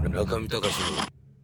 中見隆の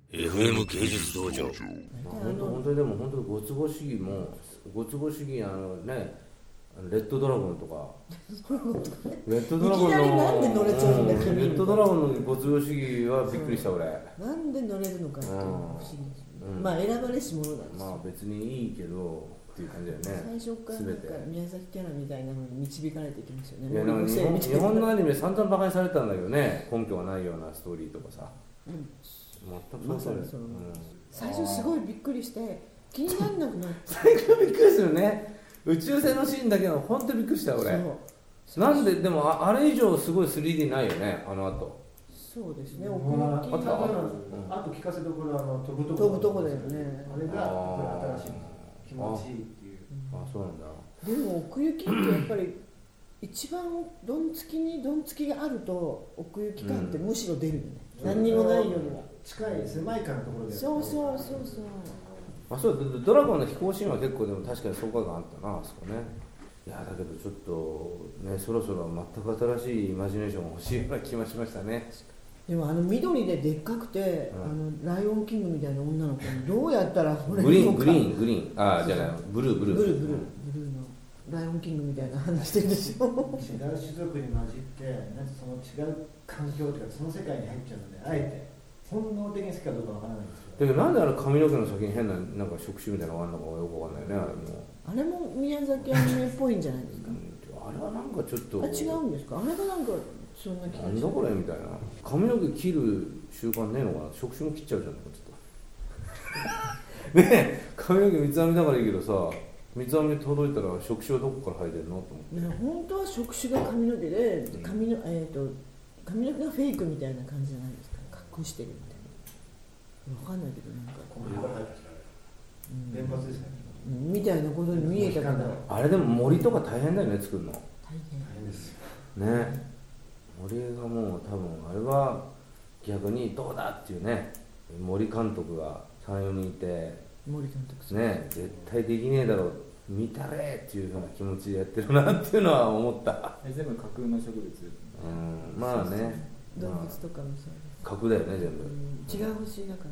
FM 芸術道場。 本当にでも本当にご都合主義もご都合主義ね、レッドドラゴンとかレッドドラゴンのいきなりなんで乗れちゃうんだよ。 レッドドラゴンのご都合主義はびっくりした俺。 なんで乗れるのかっていうのが不思議です、まあ選ばれし者なんですよ。 まあ別にいいけどっていう感じだよね。 最初からなんか宮崎キャラみたいなのに導かれていきますよね。 いやなんか日本のアニメ散々バカにされたんだけどね、根拠がないようなストーリーとかさ、全くそうですよ、 最初すごいびっくりして気にならなくなって最初びっくりするね。宇宙船のシーンだけど本当にびっくりした俺。なんででもあれ以上すごい 3D ないよね、あの後。 そうですね、奥行きがあと聞かせどころ飛ぶとこだよね。 あれが新しい気持ちいいっていう。 あ、そうなんだ。 でも奥行きってやっぱり一番どんつきがあると奥行き感ってむしろ出るよね、何にもないよりも近い狭い感のところで。 そうあ、そうドラゴンの飛行シーンは結構でも確かに爽快感あったな、あそこね。いやだけどちょっとね、そろそろ全く新しいイマジネーションが欲しいような気がしましたね。 でも緑ででっかくて、ライオンキングみたいな女の子にどうやったら惚れグリるのか。 ーンあじゃないブルーのライオンキングみたいな話してるでしょ。 違う種族に混じってその違う環境というかその世界に入っちゃうので、あえて本能的に好きかどうかわからないんですよ。 だけどなんで髪の毛の先に変ななんか触手みたいなのがあるのかよくわかんないね、 あれも宮崎アニメっぽいんじゃないですか。 あれはなんかちょっと違うんですか。あれがなんかそんな気がなんだこれみたいな。髪の毛切る習慣ねえのかな、触手も切っちゃうじゃんちょっとねえ、髪の毛三つ編みだからいいけどさ、三つ編み届いたら触手はどこから生えてるのと思って。 本当は触手が髪の毛で髪の毛がフェイクみたいな感じじゃないですか。隠してるみたいな。わかんないけどなんかここから入ってきたら連発ですね。 みたいなことに見えたから。 あれでも森とか大変だよね、作るの。 大変ですね。森がもう多分あれは逆にどうだっていうね、森監督が3、4人いて、 森監督ね、絶対できねえだろう、見たれっていうような気持ちでやってるなっていうのは思った。 全部架空の植物。 まあね、 動物とかもそう架空だよね全部。 違う星だから。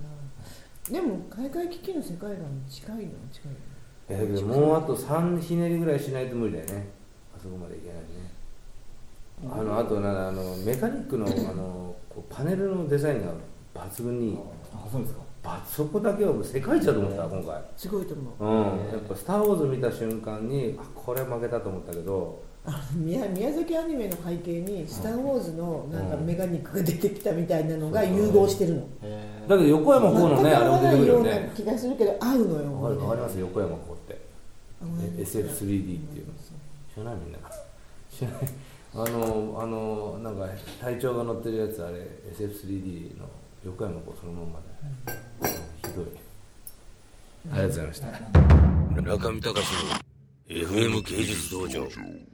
でも海外危機の世界観に近いのは近いよね。 だけどもうあと3ひねりぐらいしないと無理だよね、あそこまでいけないね。あとメカニックのこうパネルのデザインが抜群にいい。 あ、そうですか。 そこだけは世界一だと思った、今回。 すごいと思う。 やっぱスター・ウォーズ見た瞬間にこれ負けたと思ったけど、 宮崎アニメの背景にスター・ウォーズのなんかメカニックが出てきたみたいなのが融合してるの。 だけど横山こうのね、あれも出てくるよね。 全く合わないような気がするけど合うのよ。 わかります、横山こうって SF3D っていうの知らない、みんな知らない。なんか隊長が乗ってるやつ、あれ SF3D の横山こうそのまんまで、ひどい。ありがとうございました。 中見隆の FM 芸術道場。